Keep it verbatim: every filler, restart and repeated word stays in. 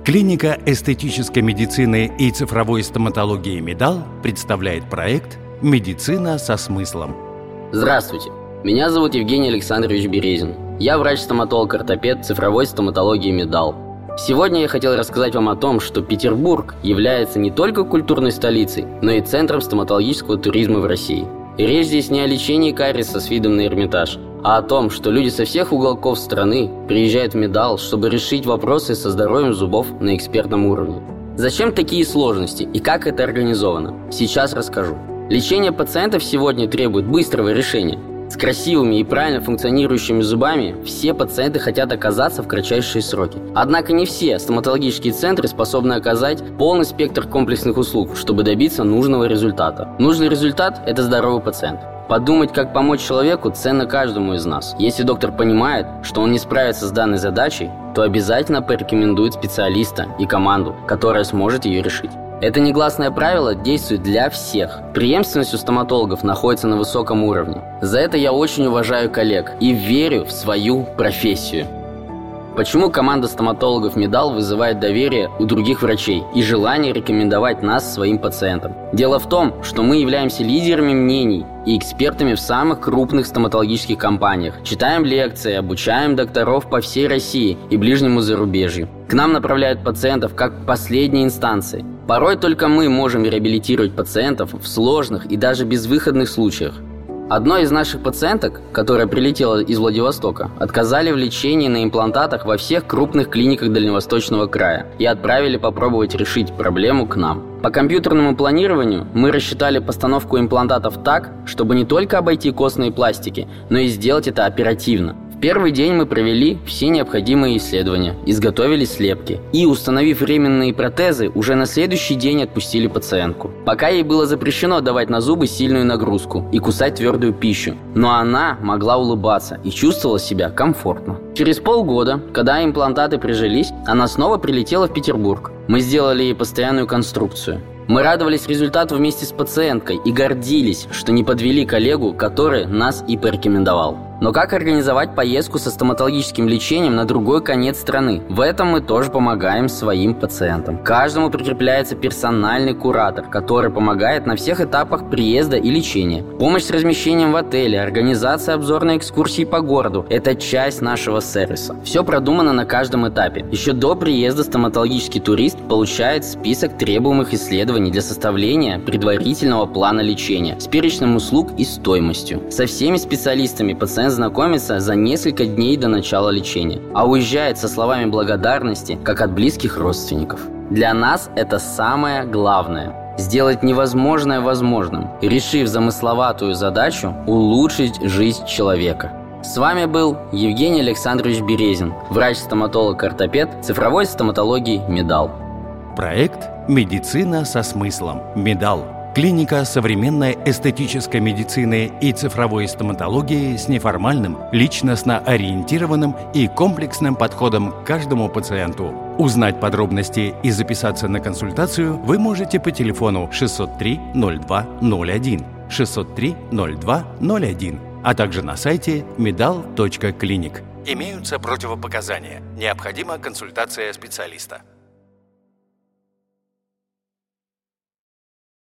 Клиника эстетической медицины и цифровой стоматологии «Медал» представляет проект «Медицина со смыслом». Здравствуйте, меня зовут Евгений Александрович Березин. Я врач-стоматолог-ортопед цифровой стоматологии «Медал». Сегодня я хотел рассказать вам о том, что Петербург является не только культурной столицей, но и центром стоматологического туризма в России. И речь здесь не о лечении кариеса с видом на Эрмитаж, а о том, что люди со всех уголков страны приезжают в Медал, чтобы решить вопросы со здоровьем зубов на экспертном уровне. Зачем такие сложности и как это организовано? Сейчас расскажу. Лечение пациентов сегодня требует быстрого решения. С красивыми и правильно функционирующими зубами все пациенты хотят оказаться в кратчайшие сроки. Однако не все стоматологические центры способны оказать полный спектр комплексных услуг, чтобы добиться нужного результата. Нужный результат – это здоровый пациент. Подумать, как помочь человеку, ценно каждому из нас. Если доктор понимает, что он не справится с данной задачей, то обязательно порекомендует специалиста и команду, которая сможет ее решить. Это негласное правило действует для всех. Преемственность у стоматологов находится на высоком уровне. За это я очень уважаю коллег и верю в свою профессию. Почему команда стоматологов «Медал» вызывает доверие у других врачей и желание рекомендовать нас своим пациентам? Дело в том, что мы являемся лидерами мнений и экспертами в самых крупных стоматологических компаниях. Читаем лекции, обучаем докторов по всей России и ближнему зарубежью. К нам направляют пациентов как к последней инстанции. Порой только мы можем реабилитировать пациентов в сложных и даже безвыходных случаях. Одной из наших пациенток, которая прилетела из Владивостока, отказали в лечении на имплантатах во всех крупных клиниках Дальневосточного края и отправили попробовать решить проблему к нам. По компьютерному планированию мы рассчитали постановку имплантатов так, чтобы не только обойти костные пластики, но и сделать это оперативно. В первый день мы провели все необходимые исследования, изготовили слепки и, установив временные протезы, уже на следующий день отпустили пациентку. Пока ей было запрещено давать на зубы сильную нагрузку и кусать твердую пищу, но она могла улыбаться и чувствовала себя комфортно. Через полгода, когда имплантаты прижились, она снова прилетела в Петербург. Мы сделали ей постоянную конструкцию. Мы радовались результату вместе с пациенткой и гордились, что не подвели коллегу, который нас и порекомендовал. Но как организовать поездку со стоматологическим лечением на другой конец страны? В этом мы тоже помогаем своим пациентам. Каждому прикрепляется персональный куратор, который помогает на всех этапах приезда и лечения. Помощь с размещением в отеле, организация обзорной экскурсии по городу – это часть нашего сервиса. Все продумано на каждом этапе. Еще до приезда стоматологический турист получает список требуемых исследований для составления предварительного плана лечения с перечнем услуг и стоимостью. Со всеми специалистами пациент знакомится за несколько дней до начала лечения, а уезжает со словами благодарности, как от близких родственников. Для нас это самое главное – сделать невозможное возможным, решив замысловатую задачу улучшить жизнь человека. С вами был Евгений Александрович Березин, врач-стоматолог-ортопед цифровой стоматологии «Медал». Проект «Медицина со смыслом. Медал». Клиника современной эстетической медицины и цифровой стоматологии с неформальным, личностно ориентированным и комплексным подходом к каждому пациенту. Узнать подробности и записаться на консультацию вы можете по телефону шестьсот три ноль два ноль один, шестьсот три ноль два ноль один, а также на сайте медал точка клиник. Имеются противопоказания. Необходима консультация специалиста.